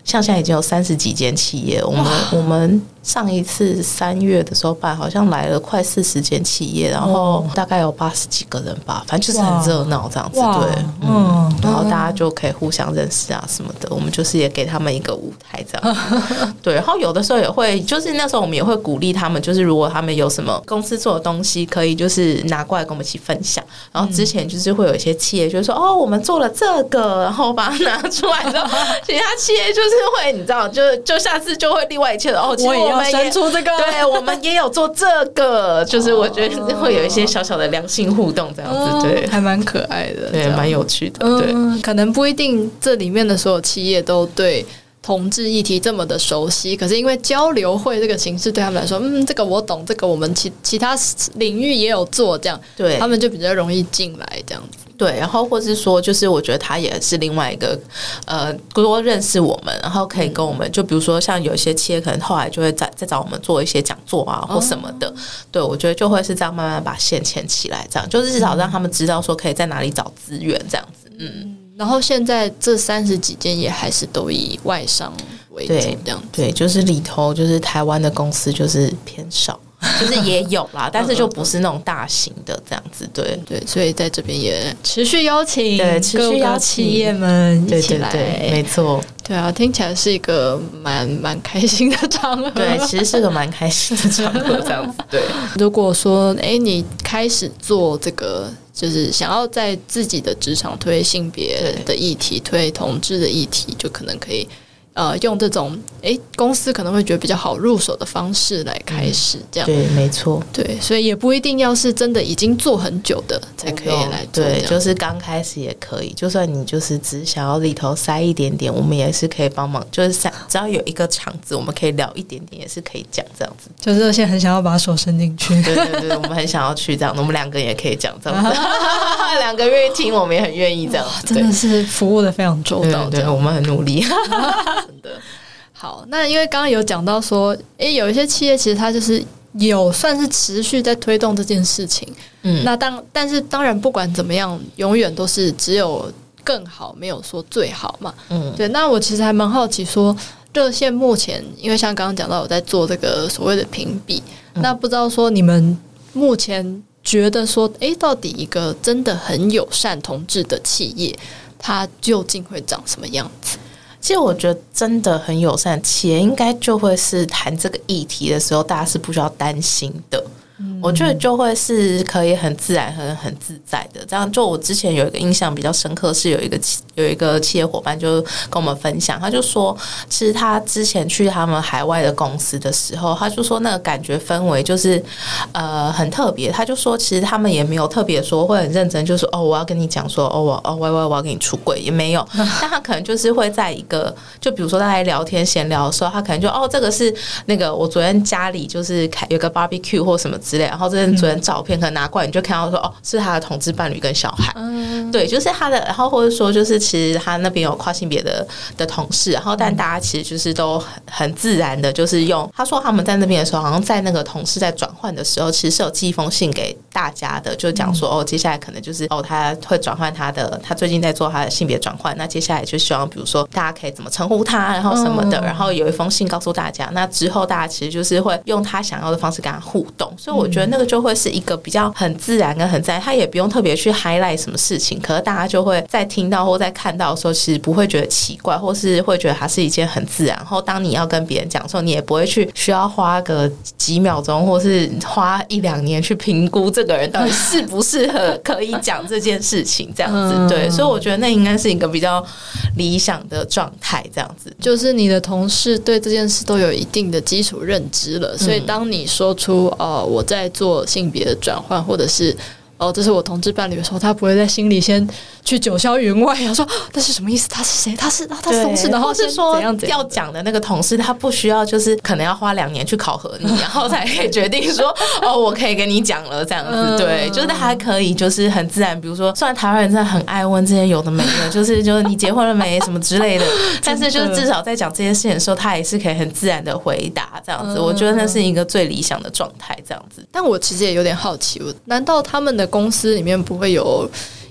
像现在已经有30几间企业，我们上一次3月的时候办，好像来了快40间企业，然后大概有80几个人吧，反正就是很热闹这样子，对，然后大家就可以互相认识啊什么的，我们就是也给他们一个舞台这样子，对，然后有的时候也会，就是那时候我们也会鼓励他们，就是如果他们有什么公司做的东西，可以就是拿过来跟我们一起分享。然后之前就是会有一些企业就是说，哦，我们做了这个，然后把它拿出来之后，其他企业就是会，你知道，就下次就会另外一切的哦，其实我们也出这个， 对，我们也有做这个，就是我觉得会有一些小小的良性互动这样子，对， 还蛮可爱的， 对，蛮有趣的，对， 可能不一定这里面的所有企业都对同志议题这么的熟悉，可是因为交流会这个形式对他们来说，这个我懂，这个我们其他领域也有做，这样，对，他们就比较容易进来这样子。 对，然后或是说，就是我觉得他也是另外一个多认识我们，然后可以跟我们，就比如说像有一些企业可能后来就会再找我们做一些讲座啊或什么的，对，我觉得就会是这样慢慢把线牵起来，这样就是至少让他们知道说可以在哪里找资源这样子， 然后现在这30几间也还是都以外商为主，这样子， 对，就是里头就是台湾的公司就是偏少。就是也有啦，但是就不是那种大型的这样子，对对，所以在这边也持续邀请， 对，持续邀请企业们一起来， 对，没错， 对啊，听起来是一个蛮开心的场合， 对，其实是个蛮开心的场合，这样子，对。 如果说，你开始做这个，就是想要在自己的职场推性别的议题，推同志的议题，就可能可以。用这种公司可能会觉得比较好入手的方式来开始，这样对，没错， 对，所以也不一定要是真的已经做很久的才可以来做， 对，就是刚开始也可以，就算你就是只想要里头塞一点点，我们也是可以帮忙，就是只要有一个场子，我们可以聊一点点，也是可以讲这样子。 就是热线很想要把手伸进去， 对对对，我们很想要去这样，我们2个人也可以讲这样子，2个愿意听，我们也很愿意这样子， 真的是服务的非常周到， 对，我们很努力。 真的好，那因为刚刚有讲到说，有一些企业其实它就是有算是持续在推动这件事情，但是当然不管怎么样，永远都是只有更好，没有说最好嘛，对。那我其实还蛮好奇说，热线目前因为像刚刚讲到我在做这个所谓的评比，那不知道说你们目前觉得说，到底一个真的很友善同志的企业，它究竟会长什么样子？ 其实我觉得真的很友善的企业，应该就会是谈这个议题的时候，大家是不需要担心的。我觉得就会是可以很自然很自在的，这样就我之前有一个印象比较深刻，是有一个企业伙伴就跟我们分享，他就说其实他之前去他们海外的公司的时候，他就说那个感觉氛围就是很特别，他就说其实他们也没有特别说会很认真，就说我要跟你讲说我要跟你出柜，也没有，但他可能就是会在一个就比如说大家聊天闲聊的时候，他可能就这个是那个我昨天家里就是有个 barbecue 或什么之类，然后这是昨天照片可能拿过来，你就看到说是他的同志伴侣跟小孩，对，就是他的，然后或者说就是其实他那边有跨性别的同事，然后但大家其实就是都很自然的，就是用他说他们在那边的时候，好像在那个同事在转换的时候，其实是有寄一封信给大家的，就讲说接下来可能就是他会转换他最近在做他的性别转换，那接下来就希望比如说大家可以怎么称呼他，然后什么的，然后有一封信告诉大家，那之后大家其实就是会用他想要的方式跟他互动，所以我觉得那个就会是一个比较很自然跟很自然，他也不用特别去 highlight 什么事情，可是大家就会在听到或在看到的时候，其实不会觉得奇怪，或是会觉得它是一件很自然，然后当你要跟别人讲的时候，你也不会去需要花个几秒钟或是花1-2年去评估这个人到底适不适合可以讲这件事情这样子，对，所以我觉得那应该是一个比较理想的状态这样子， 就是你的同事对这件事都有一定的基础认知了，所以当你说出我在做性别的转换，或者是这是我同志伴侣的时候，他不会在心里先去九霄云外啊，说那是什么意思？他是谁？他是同事，然后是说怎样要讲的那个同事，他不需要就是可能要花2年去考核你，然后才可以决定说我可以跟你讲了这样子，对，就是他还可以就是很自然，比如说虽然台湾人真的很爱问这些有的没的，就是你结婚了没什么之类的，但是就是至少在讲这些事情的时候，他也是可以很自然的回答这样子，我觉得那是一个最理想的状态这样子。 但我其实也有点好奇，难道他们的公司里面不会有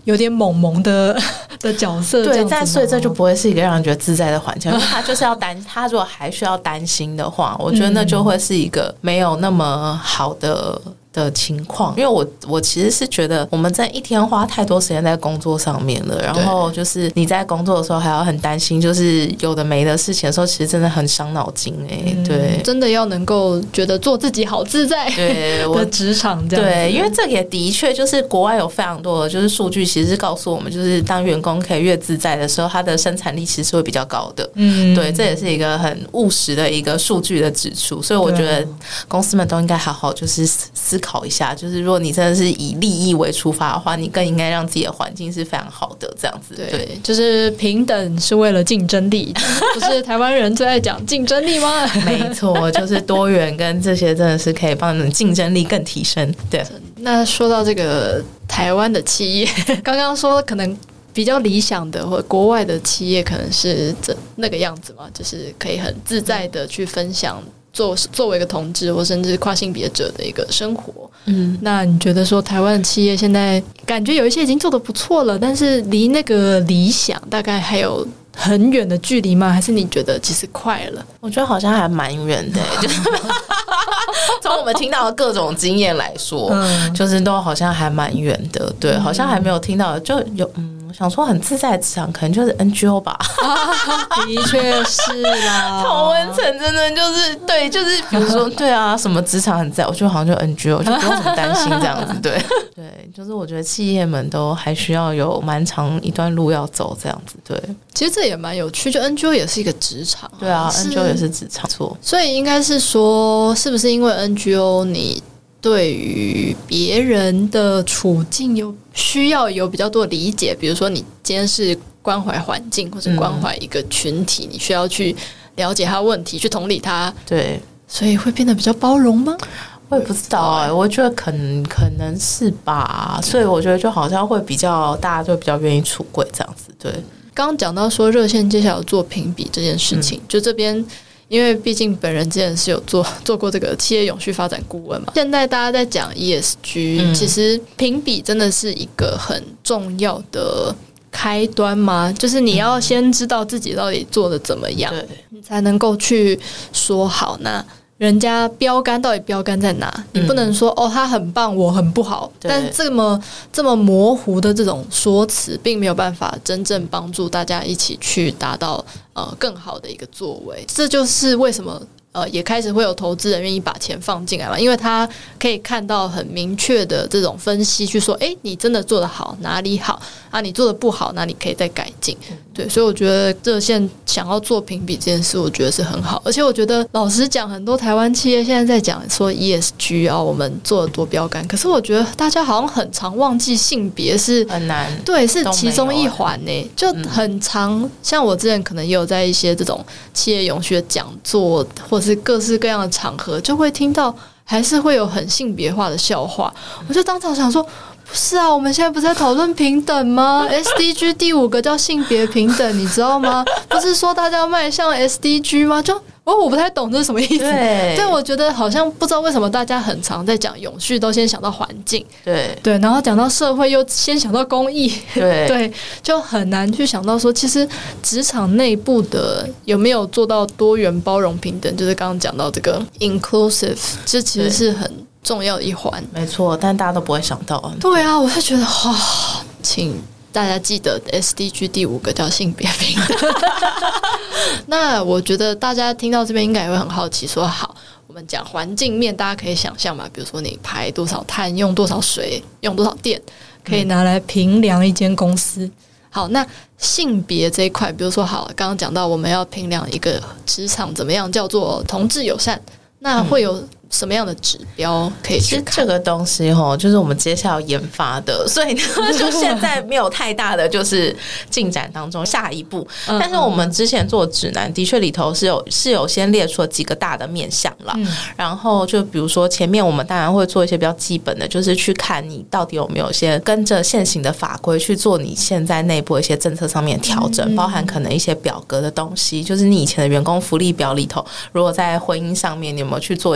有点萌萌的角色， 对，但所以这就不会是一个让人觉得自在的环境。因为他就是要他如果还需要担心的话，我觉得那就会是一个没有那么好的情况。因为我其实是觉得我们在一天花太多时间在工作上面了，然后就是你在工作的时候还要很担心就是有的没的事情的时候，其实真的很伤脑筋对， 真的要能够觉得做自己好自在的职场这样。 对，因为这也的确就是国外有非常多的就是数据其实是告诉我们，就是当员工可以越自在的时候，他的生产力其实是会比较高的。对，这也是一个很务实的一个数据的指出，所以我觉得公司们都应该好好就是思考一下，就是如果你真的是以利益为出发的话，你更应该让自己的环境是非常好的这样子。 对，就是平等是为了竞争力，不是台湾人最爱讲竞争力吗？ 没错，就是多元跟这些真的是可以帮你们竞争力更提升。对， 那说到这个台湾的企业，刚刚说可能比较理想的或国外的企业可能是那个样子嘛，就是可以很自在的去分享作为一个同志或甚至跨性别者的一个生活。那你觉得说台湾的企业现在感觉有一些已经做得不错了，但是离那个理想大概还有很远的距离吗？还是你觉得其实快了？ 我觉得好像还蛮远的就是从我们听到的各种经验来说，就是都好像还蛮远的。对，好像还没有听到就有想说很自在的职场可能就是 NGO 吧。 的确是啦， 同温层真的就是对，就是比如说对啊，什么职场很自在，我觉得好像就 NGO 就不用什么担心这样子。对对，就是我觉得企业们都还需要有蛮长一段路要走这样子。对， 其实这也蛮有趣，就 NGO 也是一个职场。 对啊，NGO 也是职场错。 所以应该是说，是不是因为 NGO 你对于别人的处境需要有比较多的理解？比如说你今天是关怀环境或者关怀一个群体，你需要去了解他的问题，去同理他。对，所以会变得比较包容吗？ 我也不知道我觉得可能是吧。所以我觉得就好像会比较大家就比较愿意出柜这样子。对， 刚刚讲到说热线接下来有做评比这件事情，就这边因为毕竟本人之前是有做过这个企业永续发展顾问嘛，现在大家在讲 ESG，其实评比真的是一个很重要的开端吗？就是你要先知道自己到底做的怎么样，你才能够去说好那人家标杆到底标杆在哪？你不能说他很棒，我很不好。但这么模糊的这种说辞，并没有办法真正帮助大家一起去达到更好的一个作为。这就是为什么也开始会有投资人愿意把钱放进来嘛，因为他可以看到很明确的这种分析，去说，你真的做得好，哪里好啊？你做得不好，那你可以再改进。对，所以我觉得热线想要做评比这件事，我觉得是很好。而且我觉得老实讲，很多台湾企业现在在讲说 ESG 我们做得多标杆，可是我觉得大家好像很常忘记性别是很难， 对，是其中一环呢，就很常。像我之前可能也有在一些这种企业永续的讲座或是各式各样的场合，就会听到还是会有很性别化的笑话。我就当场想说，不是啊，我们现在不是在讨论平等吗？ SDG 第5个叫性别平等，你知道吗？不是说大家要迈向 SDG 吗？就我不太懂这是什么意思。对，我觉得好像不知道为什么大家很常在讲永续都先想到环境，对，然后讲到社会又先想到公益，对，就很难去想到说，其实职场内部的有没有做到多元包容平等，就是刚刚讲到这个 inclusive， 这其实是很重要的一环。 没错，但大家都不会想到。 对啊，我就觉得请大家记得 SDG 第5个叫性别平等。那我觉得大家听到这边应该也会很好奇说，好，我们讲环境面，大家可以想象嘛，比如说你排多少碳，用多少水，用多少电，可以拿来评量一间公司。好，那性别这一块，比如说好，刚刚讲到我们要评量一个职场怎么样叫做同志友善，那会有什么样的指标可以去看？ 其实这个东西就是我们接下来要研发的，所以呢就现在没有太大的就是进展当中下一步。但是我们之前做指南的确里头是有先列出了几个大的面向啦，然后就比如说前面我们当然会做一些比较基本的，就是去看你到底有没有先跟着现行的法规去做你现在内部的一些政策上面的调整，包含可能一些表格的东西，就是你以前的员工福利表里头，如果在婚姻上面你有没有去做一些调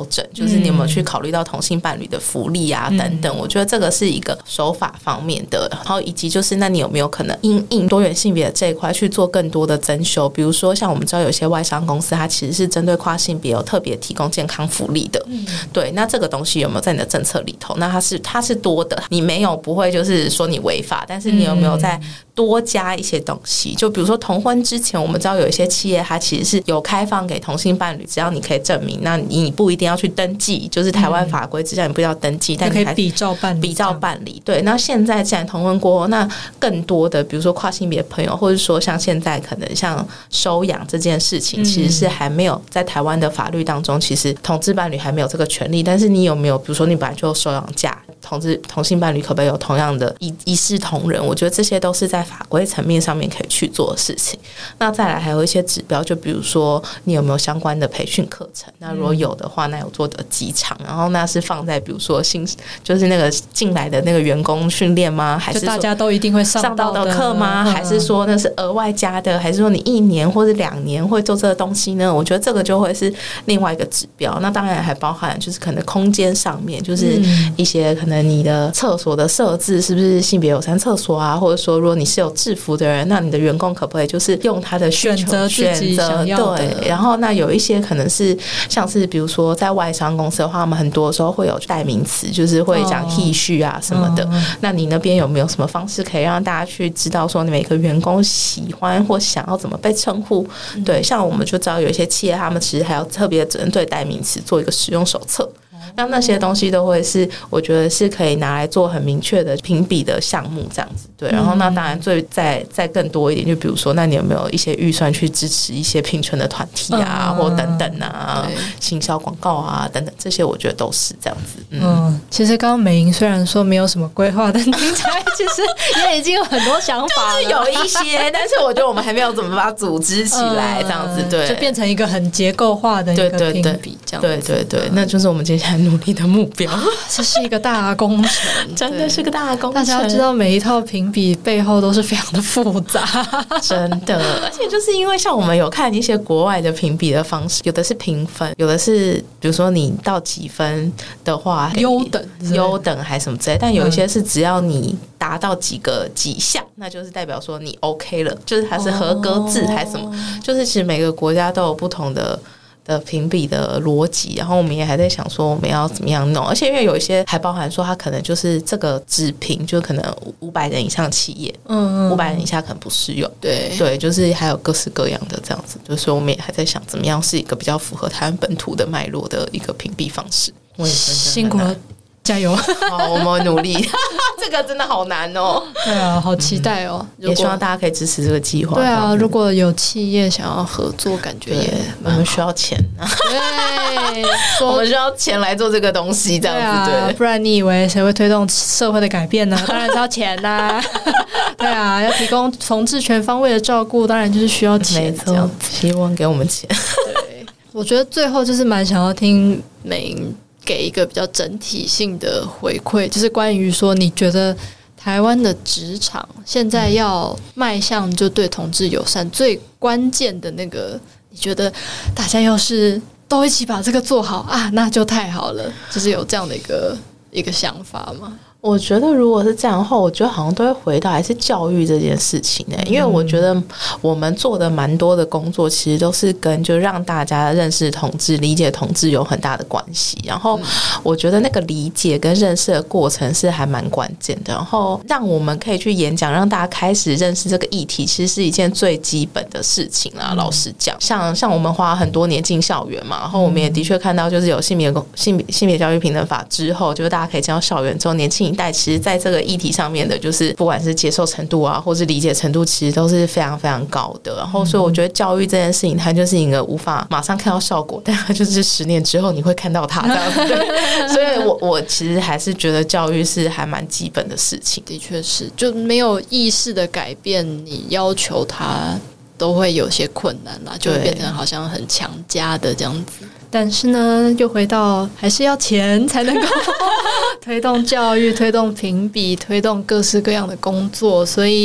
调整，就是你有没有去考虑到同性伴侣的福利啊等等，我觉得这个是一个手法方面的，然后以及就是那你有没有可能因应多元性别的这一块去做更多的增修，比如说像我们知道有些外商公司它其实是针对跨性别有特别提供健康福利的，对，那这个东西有没有在你的政策里头？那它是多的，你没有不会就是说你违法，但是你有没有在多加一些东西？就比如说同婚之前，我们知道有一些企业它其实是有开放给同性伴侣，只要你可以证明，那你不一定要去登记，就是台湾法规之下你不要登记，但你可以比照办理。 对，那现在既然同婚过后，那更多的比如说跨性别朋友，或者说像现在可能像收养这件事情，其实是还没有在台湾的法律当中，其实同志伴侣还没有这个权利。但是你有没有比如说你本来就收养假，同性伴侣可不可以有同样的一视同仁？我觉得这些都是在法规层面上面可以去做的事情。那再来还有一些指标，就比如说你有没有相关的培训课程？那如果有的话，那有做的几场？然后那是放在比如说就是那个进来的那个员工训练吗？还是大家都一定会上到的课吗？还是说那是额外加的？还是说你1年或者2年会做这个东西呢？我觉得这个就会是另外一个指标。那当然还包含就是可能空间上面，就是一些可能你的厕所的设置是不是性别友善厕所啊？或者说如果你是有制服的人，那你的员工可不可以就是用他的需求选择自己想要的？ 对，然后那有一些可能是像是比如说在外商公司的话，他们很多时候会有代名词，就是会讲 he she 啊什么的。那你那边有没有什么方式可以让大家去知道说你每个员工喜欢或想要怎么被称呼？对，像我们就知道有一些企业他们其实还要特别针对代名词做一个使用手册。那些东西都会是我觉得是可以拿来做很明确的评比的项目这样子，对。然后那当然再更多一点，就比如说那你有没有一些预算去支持一些平权的团体啊，或等等啊，行销广告啊等等，这些我觉得都是这样子。 其实刚刚美莹虽然说没有什么规划，但听起来其实也已经有很多想法了， 就是有一些，但是我觉得我们还没有怎么把它组织起来，这样子，对， 就变成一个很结构化的一个评比，这样子， 对，那就是我们接下来努力的目标。 这是一个大工程， 真的是个大工程。 大家要知道，每一套评比背后都是非常的复杂， 真的。而且就是因为像我们有看一些国外的评比的方式，有的是评分，有的是比如说你到几分的话，优等还是什么之类，但有一些是只要你达到几项，那就是代表说你 OK 了，就是它是合格制还是什么，就是其实每个国家都有不同的评比的逻辑，然后我们也还在想说我们要怎么样弄，而且因为有一些还包含说它可能就是这个只评就可能500人以上企业，500人以下可能不适用，对，就是还有各式各样的这样子，就是我们也还在想怎么样是一个比较符合台湾本土的脉络的一个评比方式。 辛苦了，加油！ 好，我们努力。这个真的好难哦。 对啊，好期待哦！ 也希望大家可以支持这个计划。 对啊，如果有企业想要合作，感觉也我们需要钱啊。 对， 我们需要钱来做这个东西，这样子对。 不然你以为谁会推动社会的改变呢？当然是要钱啦。对啊，要提供同志全方位的照顾，当然就是需要钱。 没错，希望给我们钱。 对，我觉得最后就是蛮想要听美莹给一个比较整体性的回馈，就是关于说你觉得台湾的职场现在要迈向就对同志友善最关键的那个，你觉得大家要是都一起把这个做好啊，那就太好了，就是有这样的一个想法吗？ 我觉得如果是这样的话，我觉得好像都会回到还是教育这件事情因为我觉得我们做的蛮多的工作其实都是跟就让大家认识同志理解同志有很大的关系，然后我觉得那个理解跟认识的过程是还蛮关键的，然后让我们可以去演讲让大家开始认识这个议题其实是一件最基本的事情啦。老实讲像我们花很多年进校园嘛，然后我们也的确看到就是有性别教育平等法之后，就是大家可以进到校园之后，年轻一代其实在这个议题上面的就是不管是接受程度啊或是理解程度其实都是非常非常高的，然后所以我觉得教育这件事情它就是一个无法马上看到效果，但它就是10年之后你会看到它这样子所以我其实还是觉得教育是还蛮基本的事情。 的确是，就没有意识的改变，你要求它都会有些困难啦，就会变成好像很强加的这样子。但是呢，又回到还是要钱才能够推动教育、推动评比、推动各式各样的工作，所以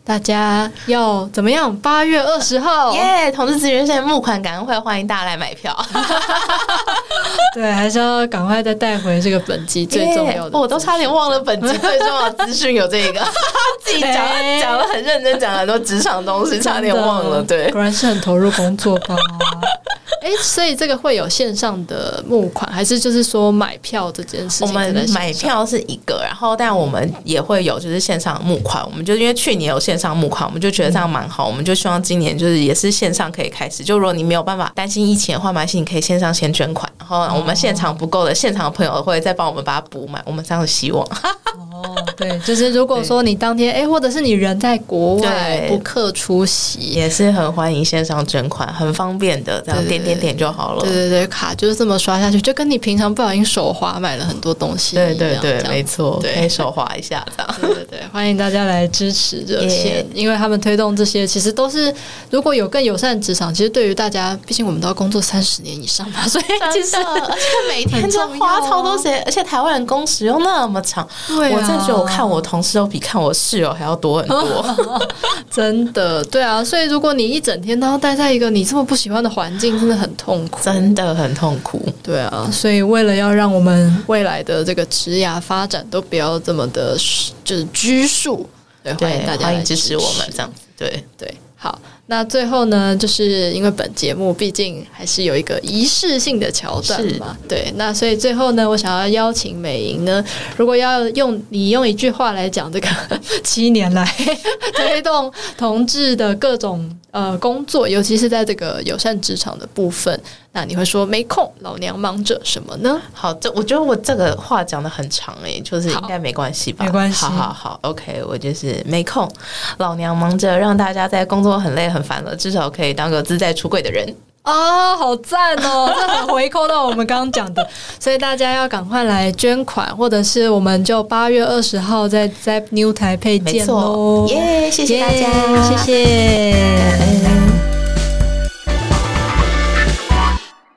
大家要怎么样？8月20号， 耶！同志资源线募款感恩会，欢迎大家来买票。 对，还是要赶快再带回这个本集最重要的。 我都差点忘了本集最重要的资讯有这个，自己讲了很认真，讲了很多职场东西，差点忘了。对， 果然是很投入工作吧。所以这个会有线上的募款，还是就是说买票这件事情？ 我们买票是一个，然后但我们也会有就是线上募款。我们就因为去年有线上募款，我们就觉得这样蛮好，我们就希望今年就是也是线上可以开始。就如果你没有办法担心疫情的话，没关系，你可以线上先捐款，然后我们现场不够的，现场的朋友会再帮我们把它补满。我们这样希望。 对，就是如果说你当天或者是你人在国外不克出席， 也是很欢迎线上捐款，很方便的，这样点就好了。 对对对，卡就是这么刷下去，就跟你平常不小心手滑买了很多东西一样。 对对对，没错，可以手滑一下这样。 对对对，欢迎大家来支持热线，因为他们推动这些其实都是，如果有更友善的职场，其实对于大家，毕竟我们都要工作30年以上嘛，所以其实而且每天就花超多时间，而且台湾人工时又那么长， 对我真的觉得我看我同事都比看我室友还要多很多。 真的，对啊，所以如果你一整天都要待在一个你这么不喜欢的环境，真的很痛苦， 真的很痛苦。 对啊，所以为了要让我们未来的这个职涯发展都不要这么的，就是拘束，对，欢迎大家来支持我们这样子，对对，好。那最后呢，就是因为本节目毕竟还是有一个仪式性的桥段嘛，对，那所以最后呢，我想要邀请美莹呢，如果要用一句话来讲这个7年来推动同志的各种工作，尤其是在这个友善职场的部分，那你会说没空，老娘忙着什么呢？ 好，我觉得我这个话讲得很长就是应该没关系吧？ 没关系， 好 ，OK， 我就是没空，老娘忙着让大家在工作很累很烦了，至少可以当个自在出柜的人。 好赞哦！这很回扣到我们刚刚讲的，所以大家要赶快来捐款，或者是我们就8月20号在 New 台配见喽！ 耶，谢谢大家， 谢谢。